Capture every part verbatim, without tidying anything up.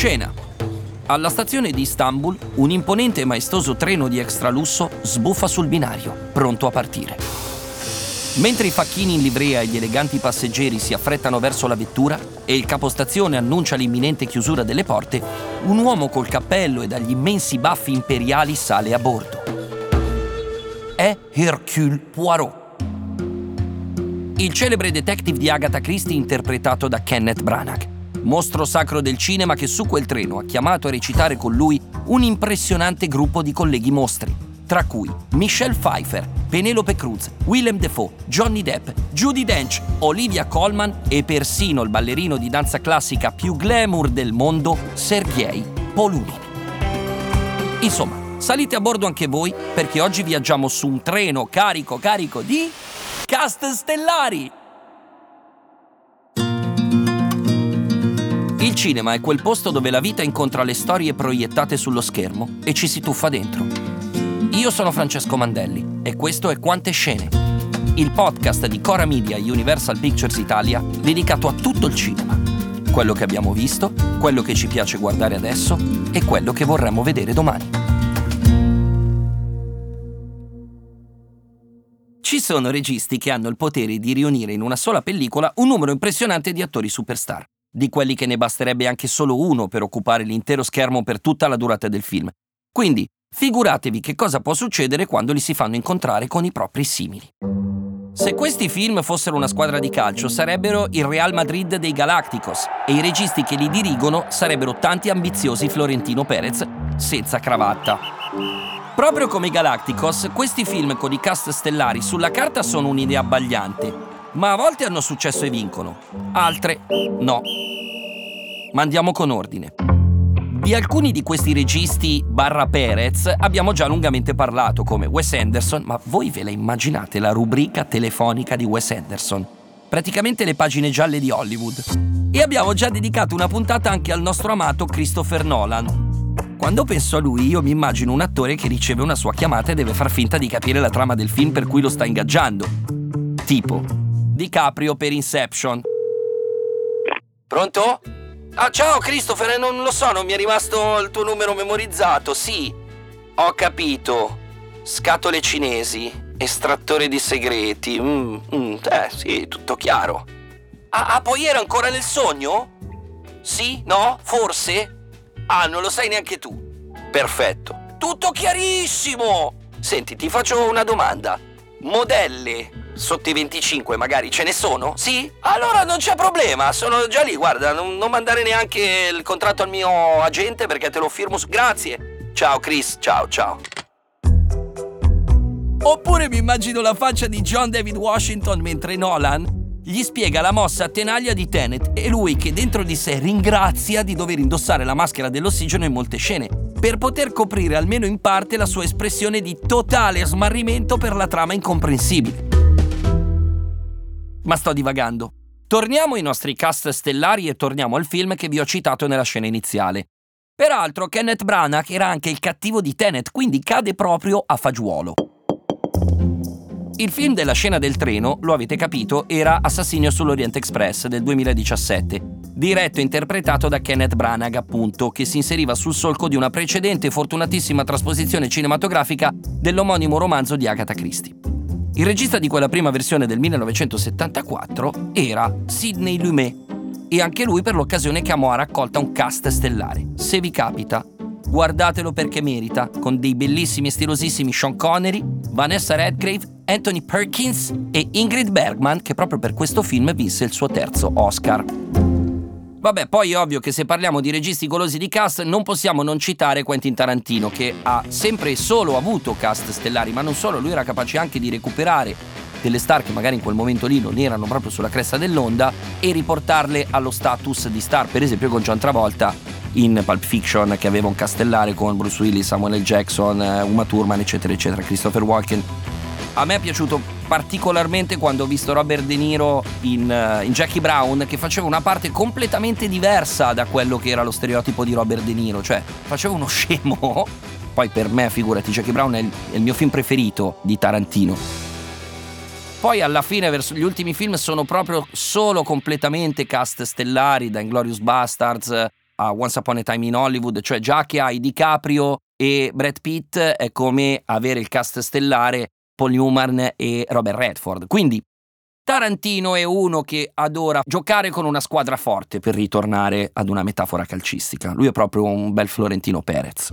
Scena: alla stazione di Istanbul, un imponente e maestoso treno di extralusso sbuffa sul binario, pronto a partire. Mentre i facchini in livrea e gli eleganti passeggeri si affrettano verso la vettura e il capostazione annuncia l'imminente chiusura delle porte, un uomo col cappello e dagli immensi baffi imperiali sale a bordo. È Hercule Poirot, il celebre detective di Agatha Christie interpretato da Kenneth Branagh, mostro sacro del cinema che su quel treno ha chiamato a recitare con lui un impressionante gruppo di colleghi mostri, tra cui Michelle Pfeiffer, Penelope Cruz, Willem Dafoe, Johnny Depp, Judi Dench, Olivia Colman e persino il ballerino di danza classica più glamour del mondo, Sergei Polunin. Insomma, salite a bordo anche voi, perché oggi viaggiamo su un treno carico carico di cast stellari! Il cinema è quel posto dove la vita incontra le storie proiettate sullo schermo e ci si tuffa dentro. Io sono Francesco Mandelli e questo è Quante Scene, il podcast di Cora Media e Universal Pictures Italia dedicato a tutto il cinema. Quello che abbiamo visto, quello che ci piace guardare adesso e quello che vorremmo vedere domani. Ci sono registi che hanno il potere di riunire in una sola pellicola un numero impressionante di attori superstar, di quelli che ne basterebbe anche solo uno per occupare l'intero schermo per tutta la durata del film. Quindi, figuratevi che cosa può succedere quando li si fanno incontrare con i propri simili. Se questi film fossero una squadra di calcio, sarebbero il Real Madrid dei Galacticos e i registi che li dirigono sarebbero tanti ambiziosi Florentino Perez senza cravatta. Proprio come i Galacticos, questi film con i cast stellari sulla carta sono un'idea abbagliante, ma a volte hanno successo e vincono, altre no. Ma andiamo con ordine. Di alcuni di questi registi barra Perez abbiamo già lungamente parlato, come Wes Anderson, ma voi ve la immaginate la rubrica telefonica di Wes Anderson? Praticamente le pagine gialle di Hollywood. E abbiamo già dedicato una puntata anche al nostro amato Christopher Nolan. Quando penso a lui, io mi immagino un attore che riceve una sua chiamata e deve far finta di capire la trama del film per cui lo sta ingaggiando. Tipo DiCaprio per Inception. Pronto? Ah, ciao Christopher, non lo so, non mi è rimasto il tuo numero memorizzato. Sì, ho capito. Scatole cinesi, estrattore di segreti. Mm, mm, eh, sì, tutto chiaro. Ah, ah, poi era ancora nel sogno? Sì? No? Forse? Ah, non lo sai neanche tu. Perfetto. Tutto chiarissimo! Senti, ti faccio una domanda. Modelle sotto i venticinque magari ce ne sono? Sì? Allora non c'è problema, sono già lì, guarda, non, non mandare neanche il contratto al mio agente perché te lo firmo su... Grazie. Ciao Chris, ciao ciao. Oppure mi immagino la faccia di John David Washington mentre Nolan gli spiega la mossa a tenaglia di Tenet e lui che dentro di sé ringrazia di dover indossare la maschera dell'ossigeno in molte scene per poter coprire almeno in parte la sua espressione di totale smarrimento per la trama incomprensibile. Ma sto divagando. Torniamo ai nostri cast stellari e torniamo al film che vi ho citato nella scena iniziale. Peraltro Kenneth Branagh era anche il cattivo di Tenet, quindi cade proprio a fagiolo. Il film della scena del treno, lo avete capito, era Assassinio sull'Orient Express del duemiladiciassette, diretto e interpretato da Kenneth Branagh, appunto, che si inseriva sul solco di una precedente e fortunatissima trasposizione cinematografica dell'omonimo romanzo di Agatha Christie. Il regista di quella prima versione del millenovecentosettantaquattro era Sidney Lumet, e anche lui per l'occasione chiamò a raccolta un cast stellare. Se vi capita, guardatelo perché merita, con dei bellissimi e stilosissimi Sean Connery, Vanessa Redgrave, Anthony Perkins e Ingrid Bergman, che proprio per questo film vinse il suo terzo Oscar. Vabbè, poi è ovvio che se parliamo di registi golosi di cast non possiamo non citare Quentin Tarantino, che ha sempre e solo avuto cast stellari, ma non solo, lui era capace anche di recuperare delle star che magari in quel momento lì non erano proprio sulla cresta dell'onda e riportarle allo status di star, per esempio con John Travolta in Pulp Fiction, che aveva un cast stellare con Bruce Willis, Samuel L. Jackson, Uma Thurman, eccetera eccetera, Christopher Walken. A me è piaciuto particolarmente quando ho visto Robert De Niro in, uh, in Jackie Brown, che faceva una parte completamente diversa da quello che era lo stereotipo di Robert De Niro, cioè faceva uno scemo. Poi per me, figurati, Jackie Brown è il, è il mio film preferito di Tarantino. Poi alla fine, verso gli ultimi film, sono proprio solo completamente cast stellari, da Inglourious Basterds a Once Upon a Time in Hollywood, cioè già che hai DiCaprio e Brad Pitt è come avere il cast stellare Paul Newman e Robert Redford. Quindi Tarantino è uno che adora giocare con una squadra forte, per ritornare ad una metafora calcistica. Lui è proprio un bel Florentino Perez.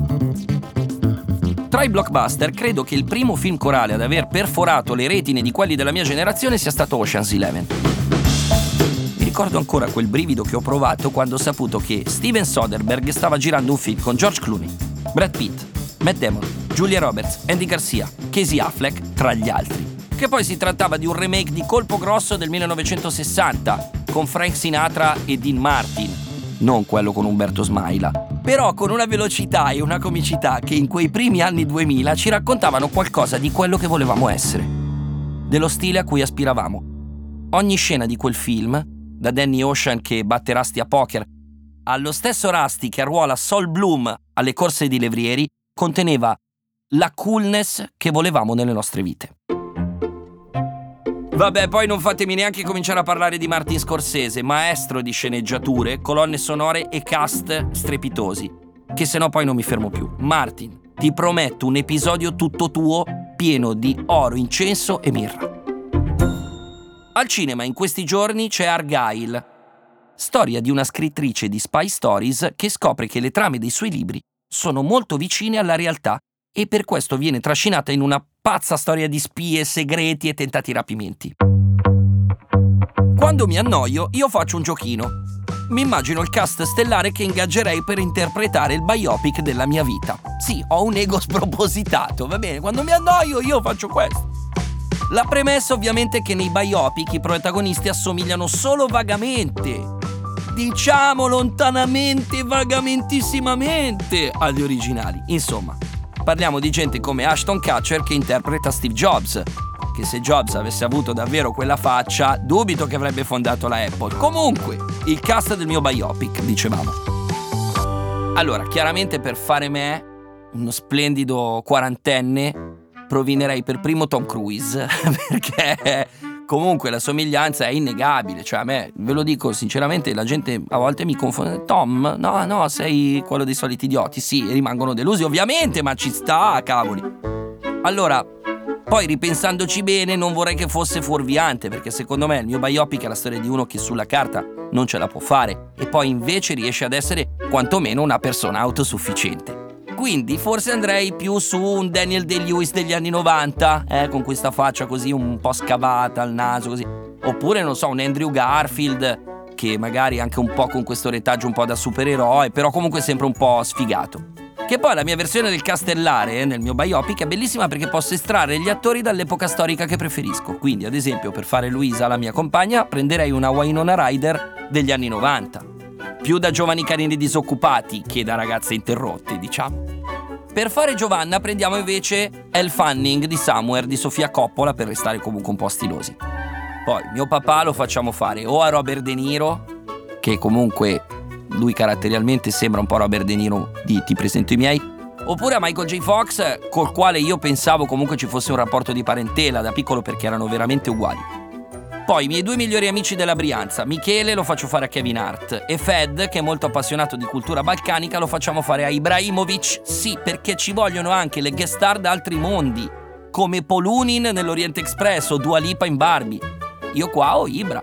Tra i blockbuster, credo che il primo film corale ad aver perforato le retine di quelli della mia generazione sia stato Ocean's Eleven. Mi ricordo ancora quel brivido che ho provato quando ho saputo che Steven Soderbergh stava girando un film con George Clooney, Brad Pitt, Matt Damon, Julia Roberts, Andy Garcia, Casey Affleck, tra gli altri. Che poi si trattava di un remake di Colpo Grosso del millenovecentosessanta, con Frank Sinatra e Dean Martin, non quello con Umberto Smaila, però con una velocità e una comicità che in quei primi anni duemila ci raccontavano qualcosa di quello che volevamo essere, dello stile a cui aspiravamo. Ogni scena di quel film, da Danny Ocean che batte Rusty a poker, allo stesso Rusty che arruola Saul Bloom alle corse di levrieri, conteneva la coolness che volevamo nelle nostre vite. Vabbè, poi non fatemi neanche cominciare a parlare di Martin Scorsese, maestro di sceneggiature, colonne sonore e cast strepitosi, che se no poi non mi fermo più. Martin, ti prometto un episodio tutto tuo, pieno di oro, incenso e mirra. Al cinema in questi giorni c'è Argylle, storia di una scrittrice di spy stories che scopre che le trame dei suoi libri sono molto vicine alla realtà e per questo viene trascinata in una pazza storia di spie, segreti e tentati rapimenti. Quando mi annoio, io faccio un giochino. Mi immagino il cast stellare che ingaggerei per interpretare il biopic della mia vita. Sì, ho un ego spropositato, va bene? Quando mi annoio, io faccio questo. La premessa ovviamente è che nei biopic i protagonisti assomigliano solo vagamente, diciamo lontanamente, vagamentissimamente agli originali. Insomma, parliamo di gente come Ashton Kutcher che interpreta Steve Jobs, che se Jobs avesse avuto davvero quella faccia, dubito che avrebbe fondato la Apple. Comunque, il cast del mio biopic, dicevamo. Allora, chiaramente per fare me, uno splendido quarantenne, provinerei per primo Tom Cruise, perché comunque la somiglianza è innegabile. Cioè a me, ve lo dico sinceramente, la gente a volte mi confonde. Tom, no, no, sei quello dei soliti idioti. Sì, rimangono delusi ovviamente, ma ci sta, cavoli. Allora, poi ripensandoci bene, non vorrei che fosse fuorviante, perché secondo me il mio biopic è la storia di uno che sulla carta non ce la può fare e poi invece riesce ad essere quantomeno una persona autosufficiente. Quindi forse andrei più su un Daniel Day-Lewis degli anni novanta, eh, con questa faccia così un po' scavata al naso così. Oppure, non so, un Andrew Garfield, che magari anche un po' con questo retaggio un po' da supereroe, però comunque sempre un po' sfigato. Che poi la mia versione del castellare, eh, nel mio biopic, è bellissima perché posso estrarre gli attori dall'epoca storica che preferisco. Quindi, ad esempio, per fare Luisa, la mia compagna, prenderei una Winona Ryder degli anni novanta. Più da giovani carini disoccupati che da ragazze interrotte, diciamo. Per fare Giovanna prendiamo invece Elle Fanning di Somewhere di Sofia Coppola, per restare comunque un po' stilosi. Poi mio papà lo facciamo fare o a Robert De Niro, che comunque lui caratterialmente sembra un po' Robert De Niro di Ti presento i miei, oppure a Michael J. Fox, col quale io pensavo comunque ci fosse un rapporto di parentela da piccolo perché erano veramente uguali. Poi i miei due migliori amici della Brianza, Michele lo faccio fare a Kevin Hart e Fed, che è molto appassionato di cultura balcanica, lo facciamo fare a Ibrahimovic, sì, perché ci vogliono anche le guest star da altri mondi, come Polunin nell'Oriente Express o Dua Lipa in Barbie. Io qua ho Ibra.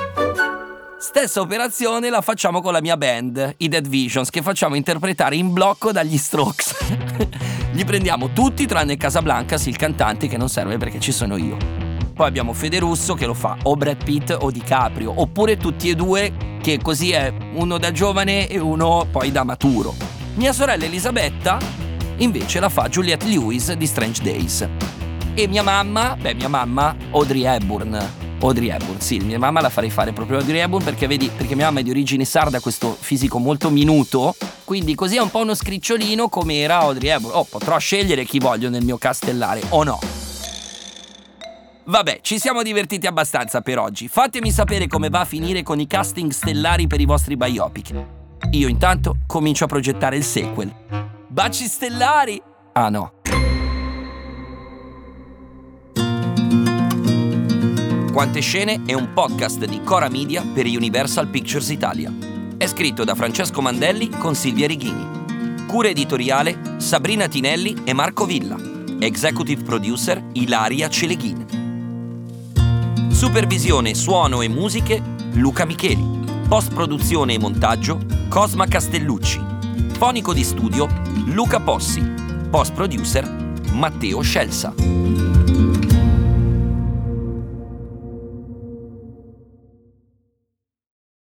Stessa operazione la facciamo con la mia band, i Dead Visions, che facciamo interpretare in blocco dagli Strokes. Li prendiamo tutti tranne Casablancas, il cantante, che non serve perché ci sono io. Poi abbiamo Fede Russo che lo fa o Brad Pitt o DiCaprio, oppure tutti e due, che così è uno da giovane e uno poi da maturo. Mia sorella Elisabetta invece la fa Juliette Lewis di Strange Days. E mia mamma, beh mia mamma Audrey Hepburn. Audrey Hepburn, sì, mia mamma la farei fare proprio Audrey Hepburn perché vedi, perché mia mamma è di origine sarda, questo fisico molto minuto, quindi così è un po' uno scricciolino come era Audrey Hepburn. Oh, potrò scegliere chi voglio nel mio castellare o no? Vabbè, ci siamo divertiti abbastanza per oggi. Fatemi sapere come va a finire con i casting stellari per i vostri biopic. Io intanto comincio a progettare il sequel. Baci stellari! Ah no. Quante scene è un podcast di Cora Media per Universal Pictures Italia. È scritto da Francesco Mandelli con Silvia Righini. Cura editoriale Sabrina Tinelli e Marco Villa. Executive producer Ilaria Celeghin. Supervisione, suono e musiche Luca Micheli. Post-produzione e montaggio Cosma Castellucci. Fonico di studio Luca Possi. Post-producer Matteo Scelsa.